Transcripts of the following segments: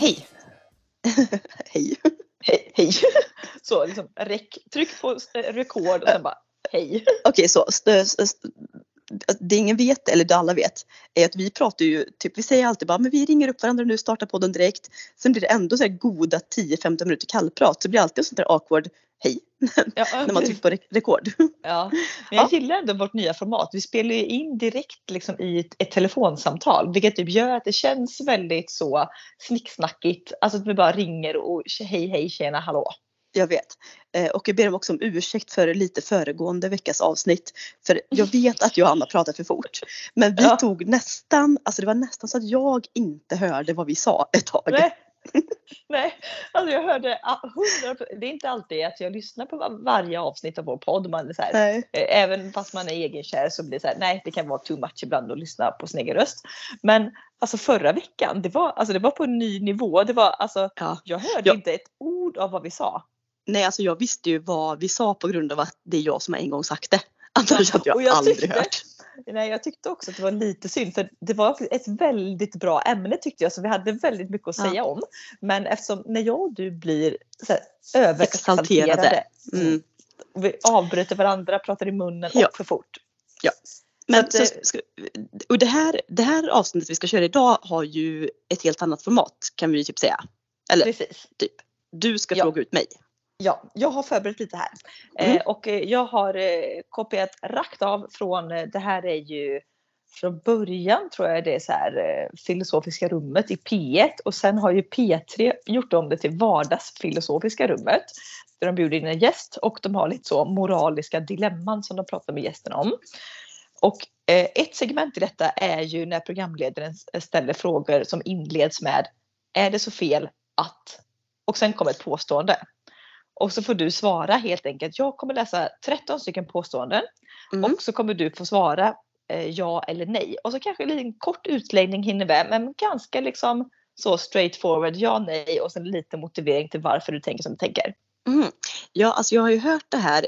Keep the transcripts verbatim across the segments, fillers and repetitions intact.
Hej. Hej. Hej. Hej. Så liksom, räck, tryck på rekord och sen bara, hej. Okej, okay, så st- st- st- det ingen vet, eller det alla vet, är att vi pratar ju, typ vi säger alltid bara, men vi ringer upp varandra nu, startar podden direkt. Sen blir det ändå så här goda tio femton minuter kallprat. Så det blir alltid sånt där awkward, hej, Ja, när man trycker på re- rekord. Ja, men jag gillar ändå vårt nya format. Vi spelar ju in direkt liksom i ett, ett telefonsamtal, vilket typ gör att det känns väldigt så snicksnackigt. Alltså att vi bara ringer och hej, hej, tjena, hallå. Jag vet. Eh, och jag ber dem också om ursäkt för lite föregående veckas avsnitt. För jag vet att jag och Anna pratar för fort. Men vi Ja. tog nästan, alltså det var nästan så att jag inte hörde vad vi sa ett tag. Nej, nej. Alltså jag hörde hundra. Det är inte alltid att jag lyssnar på var- varje avsnitt av vår podd. Man är så här, Nej. eh, även fast man är egenkär så blir det så här, nej det kan vara too much ibland att lyssna på sin egen röst. Men alltså förra veckan, det var, alltså, det var på en ny nivå. Det var, alltså, Ja. jag hörde Ja. inte ett ord av vad vi sa. Nej, alltså jag visste ju vad vi sa på grund av att det är jag som en gång sagt det. Annars hade jag, Och jag aldrig tyckte- hört. Nej, jag tyckte också att det var lite synd, för det var ett väldigt bra ämne tyckte jag, så vi hade väldigt mycket att Ja. säga om. Men eftersom när jag och du blir så här, överexalterade, Exalterade. Mm. och vi avbryter varandra, pratar i munnen Ja. och för fort. Ja. Men att, så, eh, ska, och det här, det här avsnittet vi ska köra idag har ju ett helt annat format, kan vi typ säga. Eller Precis. typ, du ska Ja. fråga ut mig. Ja, jag har förberett lite här. Mm. Eh, och eh, jag har eh, kopierat rakt av från, eh, det här är ju från början tror jag det är så här eh, filosofiska rummet i P ett, och sen har ju P tre gjort om det till vardagsfilosofiska rummet. Där de bjuder in en gäst och de har lite så moraliska dilemman som de pratar med gästen om. Och eh, ett segment i detta är ju när programledaren ställer frågor som inleds med, är det så fel att, och sen kommer ett påstående. Och så får du svara helt enkelt. Jag kommer läsa tretton stycken påståenden. Mm. Och så kommer du få svara eh, ja eller nej. Och så kanske en liten kort utläggning hinner med. Men ganska liksom så straightforward. Ja, nej. Och sen lite motivering till varför du tänker som du tänker. Mm. Ja, alltså jag har ju hört det här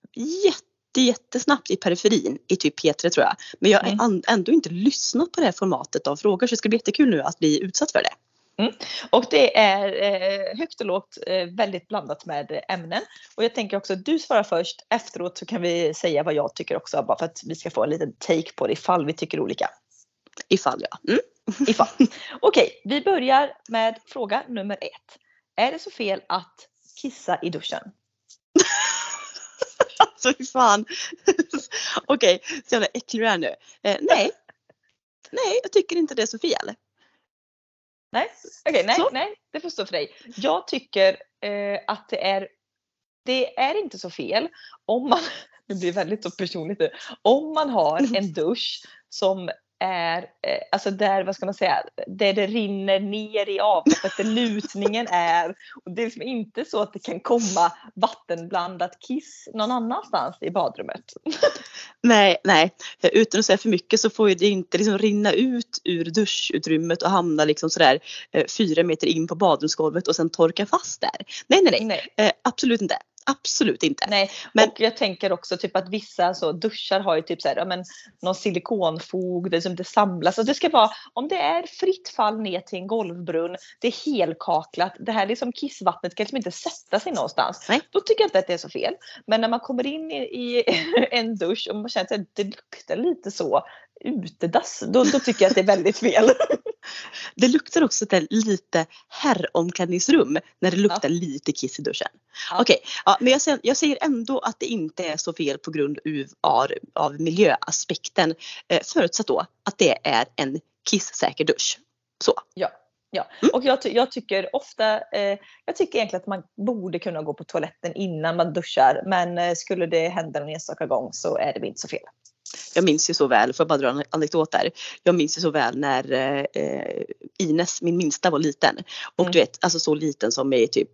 jätte, jättesnabbt i periferin i typ P tre tror jag. Men jag har Mm. an- ändå inte lyssnat på det här formatet av frågor, så det ska bli jättekul nu att bli utsatt för det. Och det är eh, högt och lågt eh, väldigt blandat med ämnen. Och jag tänker också att du svarar först. Efteråt så kan vi säga vad jag tycker också. Bara för att vi ska få en liten take på det ifall vi tycker olika. Ifall ja. Mm. Ifall. Okej, vi börjar med fråga nummer ett. Är det så fel att kissa i duschen? Alltså fy fan. Okej, så jävla äcklig du är nu. Eh, nej. Nej, jag tycker inte det är så fel. Nej, okej, nej, Så. nej, det får stå för dig. Jag tycker eh, att det är, det är inte så fel om man, det blir väldigt så personligt nu, om man har en dusch som är, eh, alltså där, vad ska man säga, där det rinner ner i avloppet, där lutningen är, och det är liksom inte så att det kan komma vattenblandat kiss någon annanstans i badrummet. Nej, nej. Utan att säga för mycket så får ju det inte liksom rinna ut ur duschutrymmet och hamna liksom sådär eh, fyra meter in på badrumsgolvet och sen torka fast där. Nej, nej, nej. Nej. Eh, absolut inte. Absolut inte. Nej, Men- och jag tänker också typ att vissa så duschar har ju typ så här, ja, men någon silikonfog där som det samlas, och det ska vara, om det är fritt fall ner till en golvbrunn, det är helkaklat, det här liksom kissvattnet kan liksom inte sätta sig någonstans. Nej. Då tycker jag inte att det är så fel. Men när man kommer in i, i en dusch och man känner att det luktar lite så utedass, då, då tycker jag att det är väldigt fel. Det luktar också där lite herromklädningsrum när det luktar Ja. lite kiss i duschen. Ja. Okej, ja, men jag säger, jag säger ändå att det inte är så fel på grund av, av miljöaspekten. Eh, förutsatt då att det är en kisssäker dusch. Så. Ja, ja. Mm. Och jag, ty- jag tycker ofta, eh, jag tycker egentligen att man borde kunna gå på toaletten innan man duschar. Men eh, skulle det hända en enstaka gång så är det inte så fel. Jag minns ju så väl, får jag bara dra en anekdot där. Jag minns ju så väl när eh, Ines, min minsta, var liten. Och Mm. du vet, alltså så liten som är typ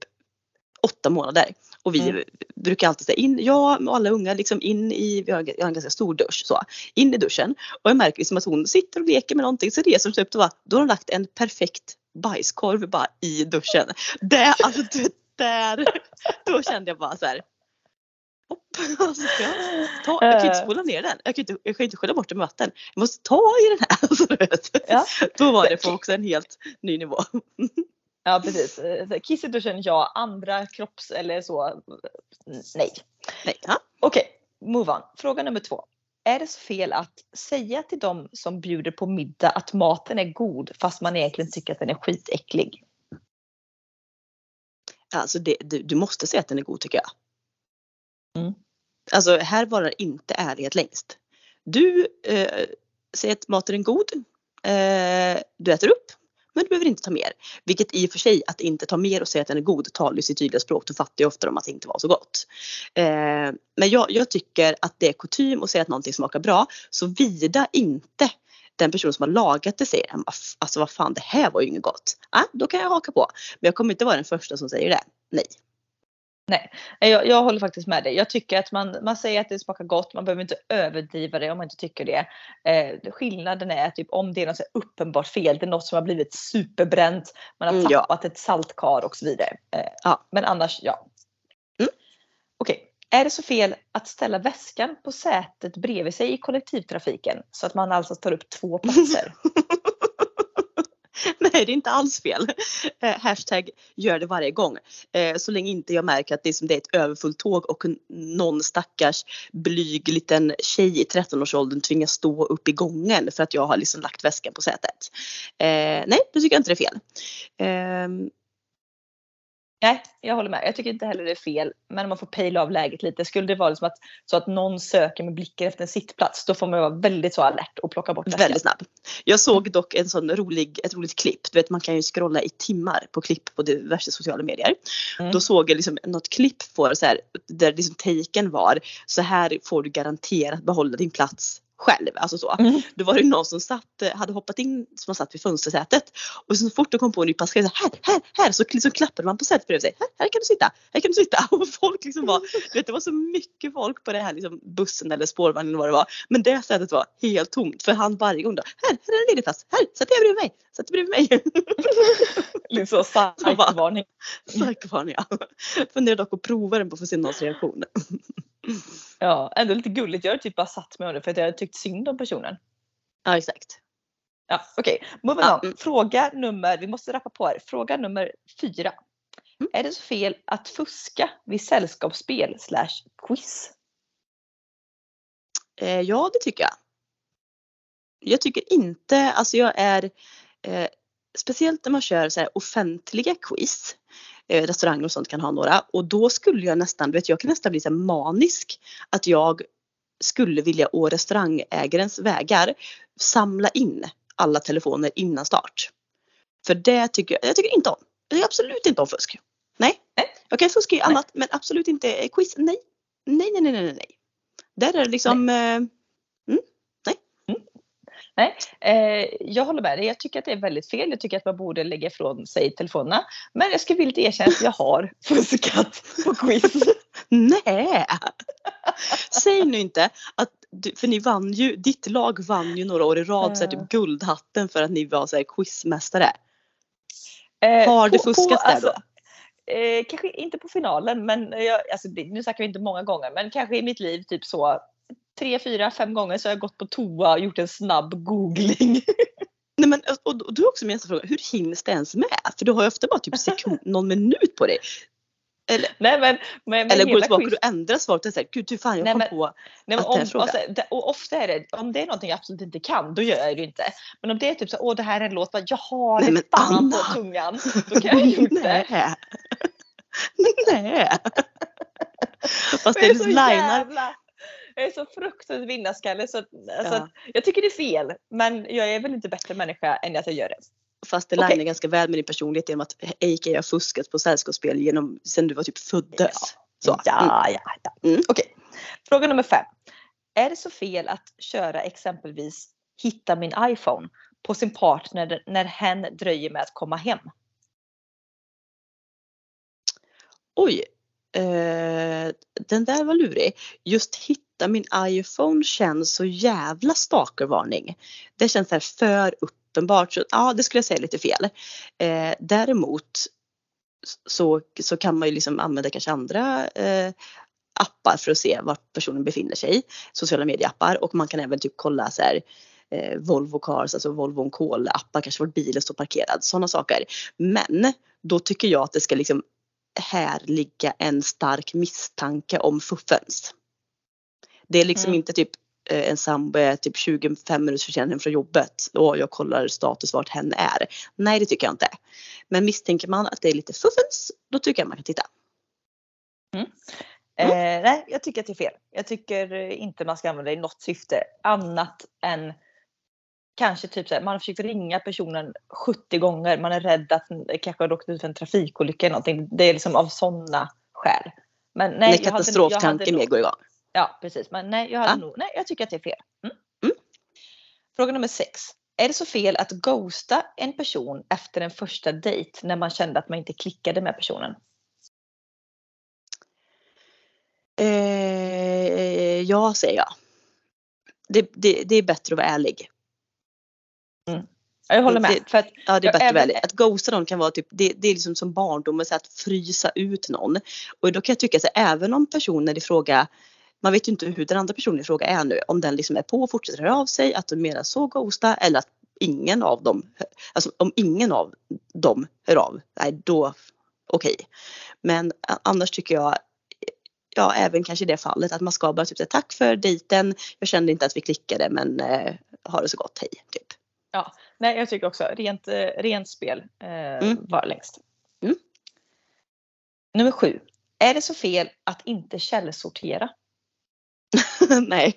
åtta månader. Och vi Mm. brukar alltid säga in, ja, med alla unga liksom in i, vi har, jag har en ganska stor dusch så. In i duschen. Och jag märker liksom att hon sitter och leker med någonting, så reser hon sig upp och bara, då har hon lagt en perfekt bajskorv bara i duschen. Det, alltså det där, då kände jag bara så här. Hopp, alltså, ska jag, ta, jag kan ju inte spola ner den. Jag kan inte, jag kan inte skylla bort den med vatten. Jag måste ta i den här. Alltså, du vet. Ja. Då var det på också en helt ny nivå. Ja, precis. Eh, Kiss i duschen, ja. Andra kropps eller så, nej. Nej, ja. Okej, move on. Fråga nummer två. Är det så fel att säga till dem som bjuder på middag att maten är god fast man egentligen tycker att den är skitäcklig? Alltså det, du, du måste säga att den är god tycker jag. Mm. Alltså här var inte ärlighet längst. Du eh, säger att maten är god. Eh, du äter upp. Men du behöver inte ta mer. Vilket i och för sig att inte ta mer och säga att den är god talar ju sitt tydliga språk. Du fattar ju ofta om att det inte var så gott. Eh, men jag, jag tycker att det är kutym att säga att någonting smakar bra. Så vida inte den person som har lagat det säger alltså vad fan det här var ju inget gott. Ah, då kan jag haka på. Men jag kommer inte vara den första som säger det. Nej. Nej, jag, jag håller faktiskt med dig. Jag tycker att man, man säger att det smakar gott. Man behöver inte överdriva det om man inte tycker det. Eh, skillnaden är typ om det är något så uppenbart fel. Det är något som har blivit superbränt. Man har Mm, tappat ja. ett saltkar och så vidare. Eh, Ja. Men annars, ja. Mm. Okej. Är det så fel att ställa väskan på sätet bredvid sig i kollektivtrafiken? Så att man alltså tar upp två platser? Nej, det är inte alls fel. Eh, hashtag gör det varje gång. Eh, så länge inte jag märker att det är, som det är ett överfullt tåg och någon stackars blyg liten tjej i tretton-årsåldern tvingas stå upp i gången för att jag har liksom lagt väskan på sätet. Eh, nej, det tycker jag inte det är fel. Eh, Nej, jag håller med. Jag tycker inte heller det är fel. Men man får pejla av läget lite. Skulle det vara liksom att, så att någon söker med blicken efter en sittplats, då får man vara väldigt så alert och plocka bort väskan. Väldigt snabb. Jag såg dock en sån rolig, ett roligt klipp. Du vet, man kan ju scrolla i timmar på klipp på diverse sociala medier. Mm. Då såg jag liksom något klipp på så här, där liksom taken var så här får du garanterat behålla din plats själv, alltså så. Mm. Då var det någon som satt, hade hoppat in som satt vid fönstersätet och så fort det kom på en ny passagerare så här, här, här så liksom klappade man på sätet bredvid sig. Här, här kan du sitta, här kan du sitta. Och folk liksom var, du vet, det var så mycket folk på det här liksom bussen eller spårvagnen eller vad det var. Men det sätet var helt tomt för han varje gång då, här, här är en ledig plats, här, sätt dig bredvid mig, sätt dig bredvid mig. Liksom psykvarning. Psykvarning, ja. Funderar dock att prova den på för sin någons reaktion. Ja, ändå lite gulligt. Jag har typ bara satt mig under för att jag tyckt synd om personen. Ja, exakt. Ja, okej. Okay. Moving ja. on. Fråga nummer, vi måste rappa på här. Fråga nummer fyra. Mm. Är det så fel att fuska vid sällskapsspel slash quiz? Eh, ja, det tycker jag. Jag tycker inte, alltså jag är eh, speciellt när man kör så här offentliga quiz. Eh, restauranger och sånt kan ha några. Och då skulle jag nästan, vet jag kan nästan bli så här manisk. Att jag skulle vilja å restaurangägarens vägar samla in alla telefoner innan start. För det tycker jag, jag tycker inte om. Jag tycker absolut inte om fusk. Nej, jag kan fuska i annat men absolut inte quiz. Nej, nej, nej, nej, nej, nej. Där är det liksom, nej. Eh, mm, nej. Mm. Nej, eh, jag håller med dig. Jag tycker att det är väldigt fel. Jag tycker att man borde lägga ifrån sig telefonerna. Men jag ska villigt erkänna att jag har fuskat på quiz. Nej. Säg nu inte att du, för ni vann ju, ditt lag vann ju några år i rad uh. så här, typ guldhatten för att ni var så här quizmästare. Eh, har du fuskat på, där alltså, då? Eh, kanske inte på finalen, men jag, alltså, nu snackar vi inte många gånger, men kanske i mitt liv typ så tre, fyra, fem gånger så har jag gått på toa och gjort en snabb googling. Nej, men, och, och du också med nästa fråga, hur hinns det ens med? För du har ju ofta bara typ sekund, någon minut på dig. Eller, nej, men, men, men eller går du tillbaka och ändrar svaret och säger, gud hur fan jag nej, kom men, på nej, att om, det här frågan. Alltså, och ofta är det, om det är någonting jag absolut inte kan, då gör jag det inte. Men om det är typ så, åh det här är en låt, jag har nej, ett fan på tungan, då kan jag ju inte. Nej. Nej. Fast det är så jävla... Jag är så fruktansvärt vinnarskalle så att, alltså, ja. Jag tycker det är fel. Men jag är väl inte bättre människa än att jag gör det. Fast det okay. linar ganska väl med din personlighet genom att Eike har fuskat på sällskapsspel genom sen du var typ föddes. Ja, så. ja, ja. ja. Mm. Okej. Okay. Fråga nummer fem. Är det så fel att köra exempelvis hitta min iPhone på sin partner när hen dröjer med att komma hem? Oj. Uh, den där var lurig. Just hitta min iPhone känns så jävla stalkervarning. Det känns så här för uppenbart. Så, ja, det skulle jag säga lite fel. Uh, däremot så, så kan man ju liksom använda kanske andra uh, appar för att se var personen befinner sig. Sociala medieappar. Och man kan även typ kolla så här eh, Volvo Cars, alltså Volvo on Call-appar, kanske vart bilen står parkerad, sådana saker. Men då tycker jag att det ska liksom här ligga en stark misstanke om fuffens. Det är liksom mm. inte typ en sambo är typ tjugofem minuter försenad hem från jobbet och jag kollar status vart hen är. Nej, det tycker jag inte. Men misstänker man att det är lite fuffens, då tycker jag man kan titta. Mm. Mm. Eh, nej, jag tycker att det är fel. Jag tycker inte man ska använda det i något syfte annat än kanske typ så här, man har försökt ringa personen sjuttio gånger. Man är rädd att kanske har råkat ut för en trafikolycka eller någonting. Det är liksom av sådana skäl. Men nej, när katastroftanken mer går igång. Ja, precis. Men nej, jag hade ja. nog, nej, jag tycker att det är fel. Mm. Mm. Fråga nummer sex. Är det så fel att ghosta en person efter en första dejt när man kände att man inte klickade med personen? Eh, ja, säger jag. Det, det, det är bättre att vara ärlig. Mm. Jag håller med. Det, för att ja, det är bättre även... att vara ärlig. Att ghosta någon kan vara typ, det, det är liksom som barndomen, så att frysa ut någon. Och då kan jag tycka att även om personen i fråga, man vet ju inte hur den andra personen i fråga är nu. Om den liksom är på och fortsätter höra av sig, att de mera så ghosta, eller att ingen av dem, alltså om ingen av dem hör av, nej då okej. Okay. Men annars tycker jag, ja även kanske i det fallet, att man ska bara typ säga tack för dejten, jag kände inte att vi klickade men eh, ha det så gott, hej typ. Ja, nej jag tycker också rent, rent spel eh, mm. var längst. Mm. Nummer sju. Är det så fel att inte källsortera? Nej.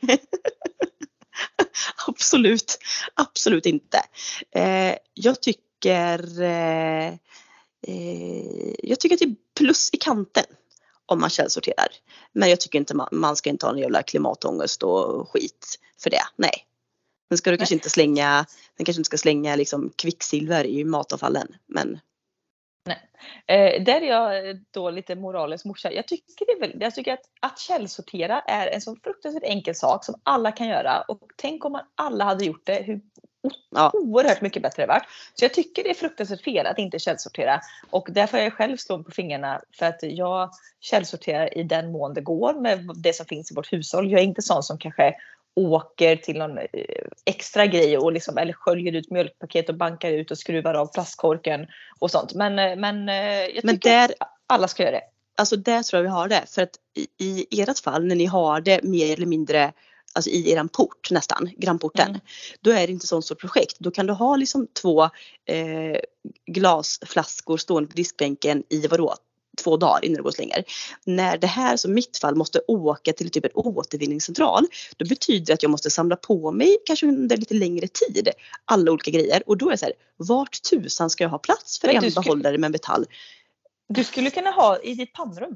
Absolut. Absolut inte. Eh, jag tycker eh, eh, jag tycker att det är plus i kanten om man källsorterar. Men jag tycker inte man, man ska inte ha en jävla klimatångest och skit för det. Nej. Men ska du Nej. kanske inte slänga, den kanske inte ska slänga liksom kvicksilver i matavfallen, men Nej. Eh, där är jag då lite moralisk morsa. Jag tycker, det är väl, jag tycker att, att källsortera är en så fruktansvärt enkel sak som alla kan göra. Och tänk om man alla hade gjort det, hur ja. oerhört mycket bättre det varit. Så jag tycker det är fruktansvärt fel att inte källsortera. Och därför är jag själv slå på fingrarna för att jag källsorterar i den mån det går med det som finns i vårt hushåll. Jag är inte sån som kanske åker till någon extra grej och liksom, eller sköljer ut mjölkpaket och bankar ut och skruvar av plastkorken och sånt. Men, men jag tycker men där, att alla ska göra det. Alltså där tror jag vi har det. För att i, i ert fall, när ni har det mer eller mindre alltså i eran port nästan, grannporten, mm. då är det inte sånt stort projekt. Då kan du ha liksom två eh, glasflaskor stående på diskbänken i vadå? Två dagar innan det går slänger. När det här som mitt fall måste åka till typ en återvinningscentral, då betyder det att jag måste samla på mig kanske under lite längre tid alla olika grejer. Och då är det så här, vart tusan ska jag ha plats för en skulle, behållare med metall? Du skulle kunna ha i ditt pannrum.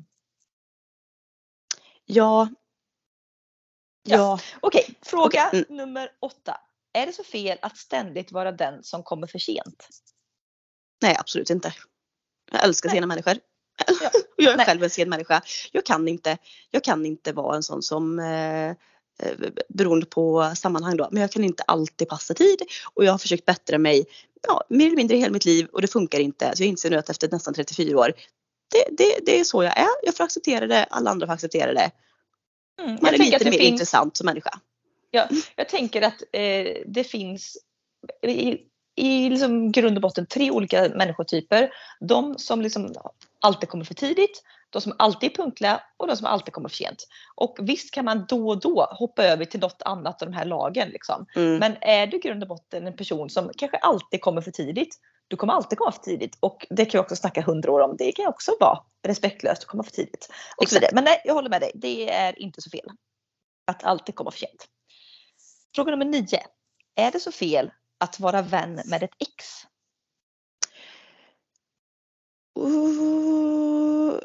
Ja. Ja. ja. Okej, okay, fråga okay. mm. nummer åtta. Är det så fel att ständigt vara den som kommer för sent? Nej, absolut inte. Jag älskar sena människor. Ja. Jag är Nej. själv en sen människa. Jag kan inte, jag kan inte vara en sån som eh, beroende på sammanhang då. Men jag kan inte alltid passa tid. Och jag har försökt bättra mig ja, mer eller mindre i hela mitt liv. Och det funkar inte. Så jag inser nu att efter nästan trettiofyra år. Det, det, det är så jag är. Jag får acceptera det. Alla andra får acceptera det. Mm, Man är lite mer finns... intressant som människa. Ja, jag tänker att eh, det finns i, i liksom grund och botten tre olika människotyper. De som liksom alltid kommer för tidigt, de som alltid är punktliga och de som alltid kommer för sent. Och visst kan man då och då hoppa över till något annat av de här lagen. Liksom. Mm. Men är du i grund och botten en person som kanske alltid kommer för tidigt, du kommer alltid komma för tidigt. Och det kan jag också snacka hundra år om. Det kan också vara respektlöst att komma för tidigt. Och så Men nej, jag håller med dig. Det är inte så fel att alltid komma för sent. Fråga nummer nio. Är det så fel att vara vän med ett ex? Uh,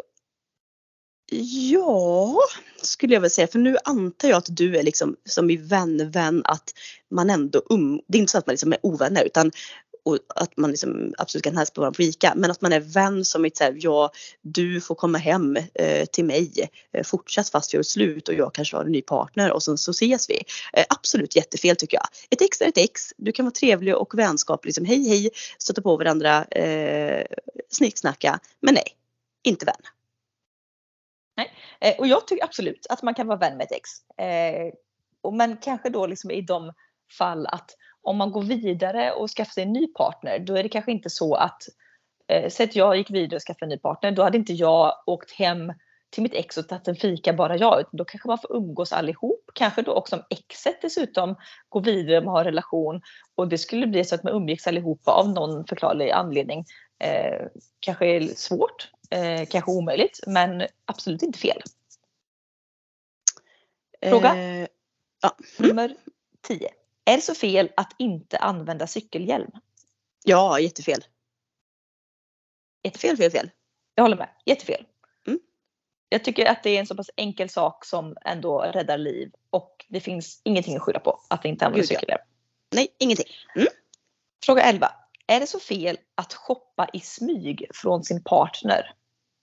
ja, skulle jag väl säga. För nu antar jag att du är liksom som i vän-vän, att man ändå um, det är inte så att man liksom är ovänner, utan och att man liksom absolut kan hälsa på varandra på Ica, men att man är vän som ett så här, ja, du får komma hem eh, till mig eh, fortsatt fast vi har slut och jag kanske har en ny partner och sen så ses vi. Eh, absolut jättefel tycker jag. Ett ex är ett ex. Du kan vara trevlig och vänskaplig, liksom hej hej, stöta på varandra, eh, snicksnacka, men nej, inte vän. Nej, eh, och jag tycker absolut att man kan vara vän med ett ex. Eh, och men kanske då liksom i de fall att om man går vidare och skaffar sig en ny partner, då är det kanske inte så att eh, säg att jag gick vidare och skaffade en ny partner, då hade inte jag åkt hem till mitt ex och tagit en fika bara jag, utan då kanske man får umgås allihop. Kanske då också om exet dessutom går vidare och har en relation och det skulle bli så att man umgicks allihopa av någon förklarlig anledning. Eh, kanske är svårt, eh, kanske omöjligt, men absolut inte fel. Fråga Eh, ja. nummer tio. Är det så fel att inte använda cykelhjälm? Ja, jättefel. Jättefel, fel, fel. Jag håller med. Jättefel. Mm. Jag tycker att det är en så pass enkel sak som ändå räddar liv. Och det finns ingenting att skylla på att inte använda cykelhjälm. Nej, ingenting. Mm. Fråga elva. Är det så fel att shoppa i smyg från sin partner?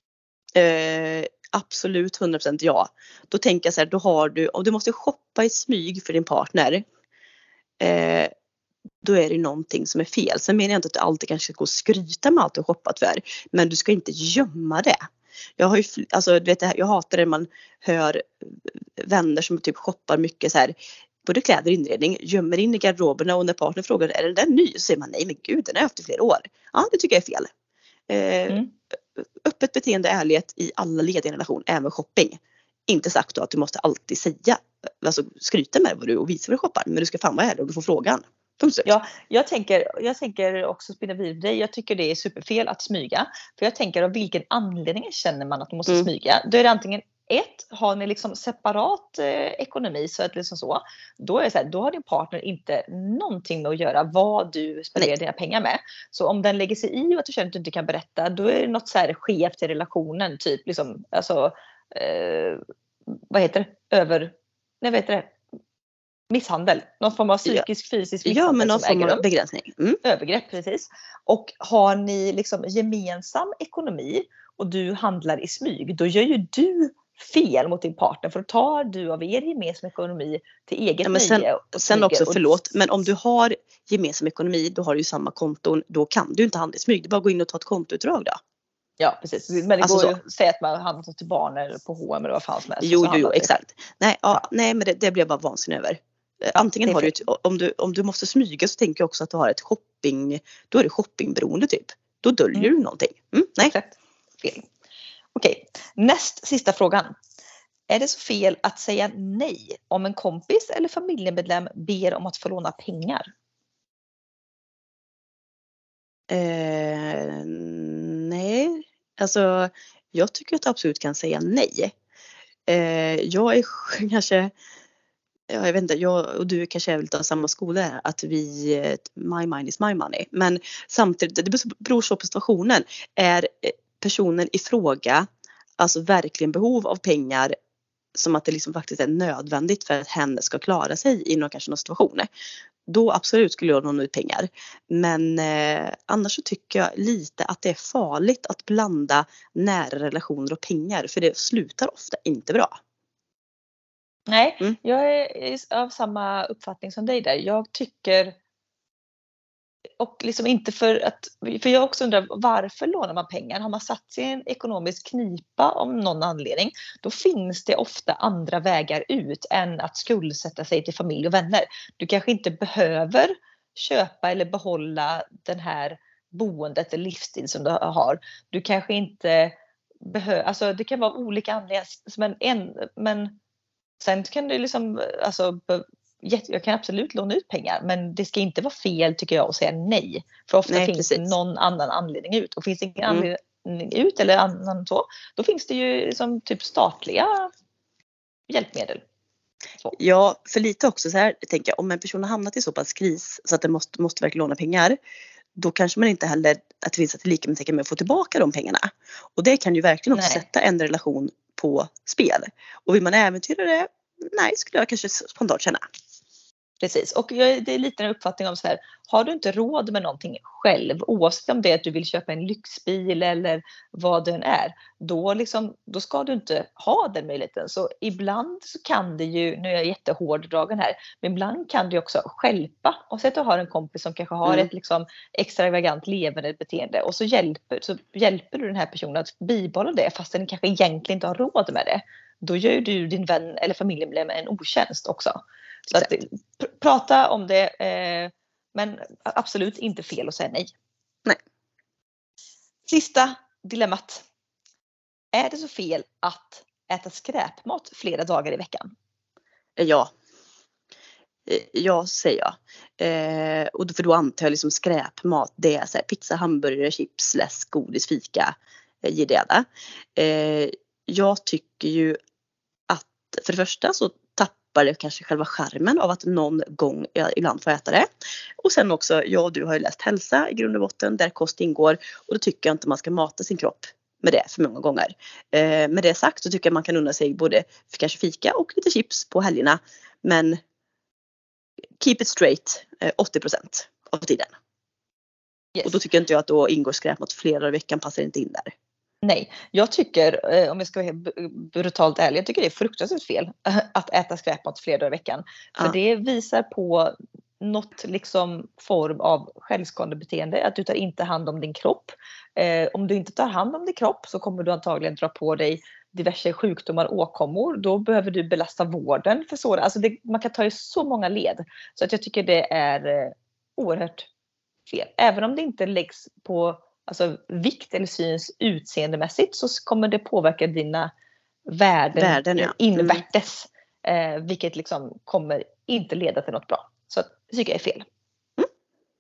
Eh, absolut hundra procent ja. Då tänker jag så här, då har du, om du måste shoppa i smyg för din partner. Eh, då är det någonting som är fel. Sen menar jag inte att du alltid kanske ska gå och skryta med allt du har shoppat för. Men du ska inte gömma det. Jag har ju, alltså, du vet, jag hatar det man hör vänner som typ shoppar mycket så här. Både kläder och inredning, gömmer in i garderoberna och när partnern frågar är den där ny? Så säger man nej men gud den är efter flera år. Ja det tycker jag är fel. Eh, mm. Öppet beteende, ärlighet i alla led i en relation, även shopping. Inte sagt då att du måste alltid säga, alltså skryta med vad du och visa vad du shoppar. Men du ska fan vara ärlig och du får frågan. Ja, jag tänker, jag tänker också spinna vidare dig. Jag tycker det är superfel att smyga. För jag tänker av vilken anledning känner man att man måste mm. smyga. Då är det antingen ett, har ni liksom separat eh, ekonomi så att liksom så. Då är det så här, då har din partner inte någonting med att göra vad du spenderar dina pengar med. Så om den lägger sig i och att du känner att du inte kan berätta, då är det något så här skevt i relationen. Typ liksom, alltså, eh, vad heter det? Över, nej vad heter det? Misshandel. Någon form av psykisk, ja. fysisk misshandel. Ja, men någon form av begränsning. Mm. Övergrepp, precis. Och har ni liksom gemensam ekonomi och du handlar i smyg, då gör ju du fel mot din partner. För då tar du av er gemensam ekonomi till eget ja, men sen, nöje. Sen också, förlåt, men om du har gemensam ekonomi, då har du ju samma konton, då kan du inte handla i smyg. Du bara gå in och ta ett kontoutdrag då. Ja, precis. Men det alltså går ju att säga att man handlar till barn eller på H och M eller vad fan som helst. Jo, jo, jo exakt. Nej, ja, nej men det, det blir jag bara vansinnig över. Antingen har du ett, om du om du måste smyga så tänker jag också att du har ett shopping, då är det shoppingberoende typ. Då döljer mm. du någonting. Mm, nej. Exakt. Fel. Okej, näst sista frågan. Är det så fel att säga nej om en kompis eller familjemedlem ber om att få låna pengar? Eh, nej, alltså jag tycker att du absolut kan säga nej. Eh, jag är kanske Ja, jag vet inte, jag och du kanske är väl av samma skola att vi, my mind is my money. Men samtidigt, det beror så på situationen. Är personen i fråga alltså verkligen behov av pengar som att det liksom faktiskt är nödvändigt för att henne ska klara sig i någon kanske någon situation. Då absolut skulle jag låna ut pengar. Men eh, annars så tycker jag lite att det är farligt att blanda nära relationer och pengar. För det slutar ofta inte bra. Nej, mm. jag är av samma uppfattning som dig där. Jag tycker, och liksom inte för att, för jag också undrar varför lånar man pengar? Har man satt sig i en ekonomisk knipa om någon anledning, då finns det ofta andra vägar ut än att skuldsätta sig till familj och vänner. Du kanske inte behöver köpa eller behålla den här boendet eller livsstil som du har. Du kanske inte behöver, alltså det kan vara olika anledningar, men en, men sen kan det liksom, alltså, jag kan absolut låna ut pengar, men det ska inte vara fel tycker jag att säga nej. För ofta nej, finns det någon annan anledning ut. Och finns det ingen mm. anledning ut eller annan så, då finns det ju liksom typ statliga hjälpmedel. Så. Ja, för lite också så här, tänker jag, om en person har hamnat i så pass kris så att den måste, måste verkligen låna pengar, då kanske man inte heller att det finns att lika mycket med att få tillbaka de pengarna. Och det kan ju verkligen också nej. sätta en relation på spel. Och vill man äventyra det? Nej, skulle jag kanske spontant känna. Precis, och jag, det är lite en uppfattning om så här, har du inte råd med någonting själv, oavsett om det är att du vill köpa en lyxbil eller vad det än är, då, liksom, då ska du inte ha den möjligheten. Så ibland så kan det ju, nu är jag jättehårdragen här, men ibland kan det också stjälpa. Och så att du har en kompis som kanske har mm. ett liksom extravagant levande beteende och så hjälper, så hjälper du den här personen att bibehålla det fast den kanske egentligen inte har råd med det. Då gör du din vän eller familjemedlem en otjänst också. Så att, pr- prata om det, eh, men absolut inte fel att säga nej. Nej. Sista dilemmat. Är det så fel att äta skräpmat flera dagar i veckan? Ja. Ja, säger jag. Eh, och då, för då antar jag liksom skräpmat. Det är så här, pizza, hamburgare, chips, läsk, godis, fika. Eh, gideda. Eh, jag tycker ju att för det första så tappar det kanske själva charmen av att någon gång jag ibland får äta det. Och sen också, ja, du har ju läst hälsa i grund och botten där kost ingår. Och då tycker jag inte man ska mata sin kropp med det för många gånger. Eh, med det sagt så tycker jag man kan unna sig både för kanske fika och lite chips på helgerna. Men keep it straight eh, åttio procent av tiden. Yes. Och då tycker inte jag att då ingår skräpmat flera dagar i veckan, passar inte in där. Nej, jag tycker, eh, om jag ska vara helt brutalt ärlig, jag tycker det är fruktansvärt fel att äta skräpmat flera dagar i veckan. För ja. Det visar på något liksom form av självskadebeteende, att du tar inte hand om din kropp. Eh, om du inte tar hand om din kropp så kommer du antagligen dra på dig diverse sjukdomar och åkommor. Då behöver du belasta vården för sådant. Alltså det, man kan ta i så många led. Så att jag tycker det är eh, oerhört fel. Även om det inte läggs på alltså, vikt eller syns utseendemässigt så kommer det påverka dina värden, värden ja. invärtes. Mm. Eh, vilket liksom kommer inte leda till något bra. Så det tycker jag är fel. Mm.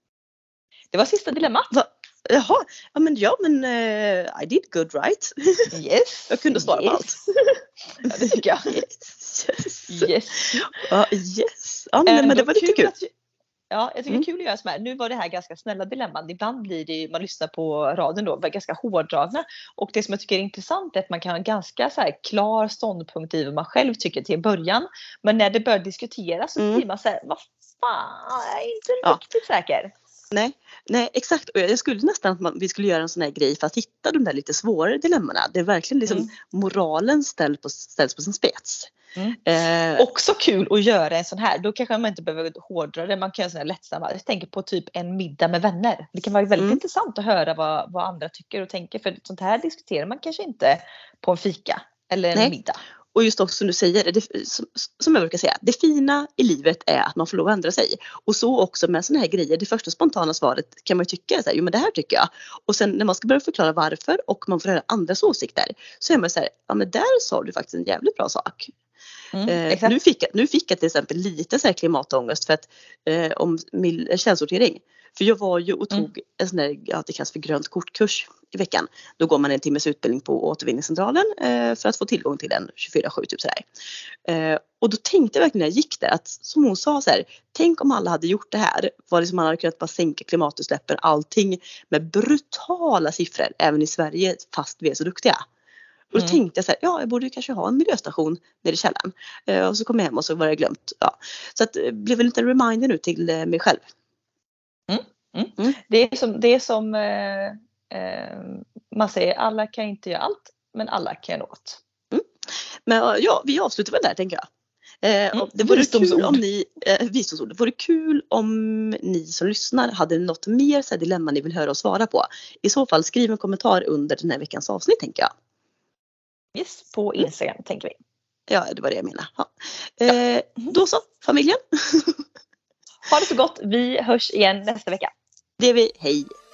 Det var sista dilemmat. Va? Jaha, ja men, ja, men uh, I did good right. Yes. Jag kunde svara yes. på allt. Ja, det tycker jag. Yes. Yes. Yes. Ja, yes. Ja, men, men det var lite kul. Att, ja, jag tycker mm. det är kul att göra så här. Nu var det här ganska snälla dilemman. Ibland blir det, man lyssnar på radion då, ganska hårdragna. Och det som jag tycker är intressant är att man kan ha en ganska så här klar ståndpunkt i vad man själv tycker till början. Men när det börjar diskuteras så mm. blir man så här, vad fan, jag är inte ja. riktigt säker. Nej, nej, exakt. Och jag skulle nästan att man, vi skulle göra en sån här grej för att hitta de där lite svårare dilemmorna. Det är verkligen liksom mm. moralen ställs på, ställs på sin spets. Mm. Eh, Också kul att göra en sån här. Då kanske man inte behöver hårdra det. Man kan göra sån här lättsamma. Jag tänker på typ en middag med vänner. Det kan vara väldigt mm. intressant att höra vad, vad andra tycker och tänker. För sånt här diskuterar man kanske inte på en fika eller en nej. middag. Och just också som du säger, det, som, som jag brukar säga, det fina i livet är att man får lov att ändra sig. Och så också med såna här grejer, det första spontana svaret kan man ju tycka så här, jo men det här tycker jag. Och sen när man ska börja förklara varför och man får höra andras åsikter så är man så här, ja men där sa du faktiskt en jävligt bra sak. Mm, eh, nu, fick jag, nu fick jag till exempel lite så här klimatångest för att eh, om mil, källsortering. För jag var ju och tog mm. en sån där, ja, det kallas för grönt kortkurs i veckan. Då går man en timmes utbildning på återvinningscentralen eh, för att få tillgång till en tjugofyra sju typ sådär. Eh, och då tänkte jag verkligen när jag gick där att som hon sa så här, tänk om alla hade gjort det här. Var det som man hade kunnat bara sänka klimatutsläppen, allting med brutala siffror även i Sverige fast vi är så duktiga. Och då mm. tänkte jag så här, ja jag borde kanske ha en miljöstation nere i källaren. Eh, och så kom jag hem och så var jag glömt. Ja. Så att, det blev en liten reminder nu till eh, mig själv. Mm. Mm. Mm. Det är som, det är som eh, eh, man säger, alla kan inte göra allt, men alla kan göra något. Mm. Men ja, vi avslutar väl där tänker jag. Eh, mm. Det vore kul om ni, eh, visdomsord, det vore kul om ni som lyssnar hade något mer så här dilemma ni vill höra och svara på. I så fall skriv en kommentar under den här veckans avsnitt tänker jag. Yes, på Instagram mm. tänker vi. Ja, det var det jag menade. Ja. Eh, ja. Då så, familjen. Ha det så gott. Vi hörs igen nästa vecka. Det är vi. Hej.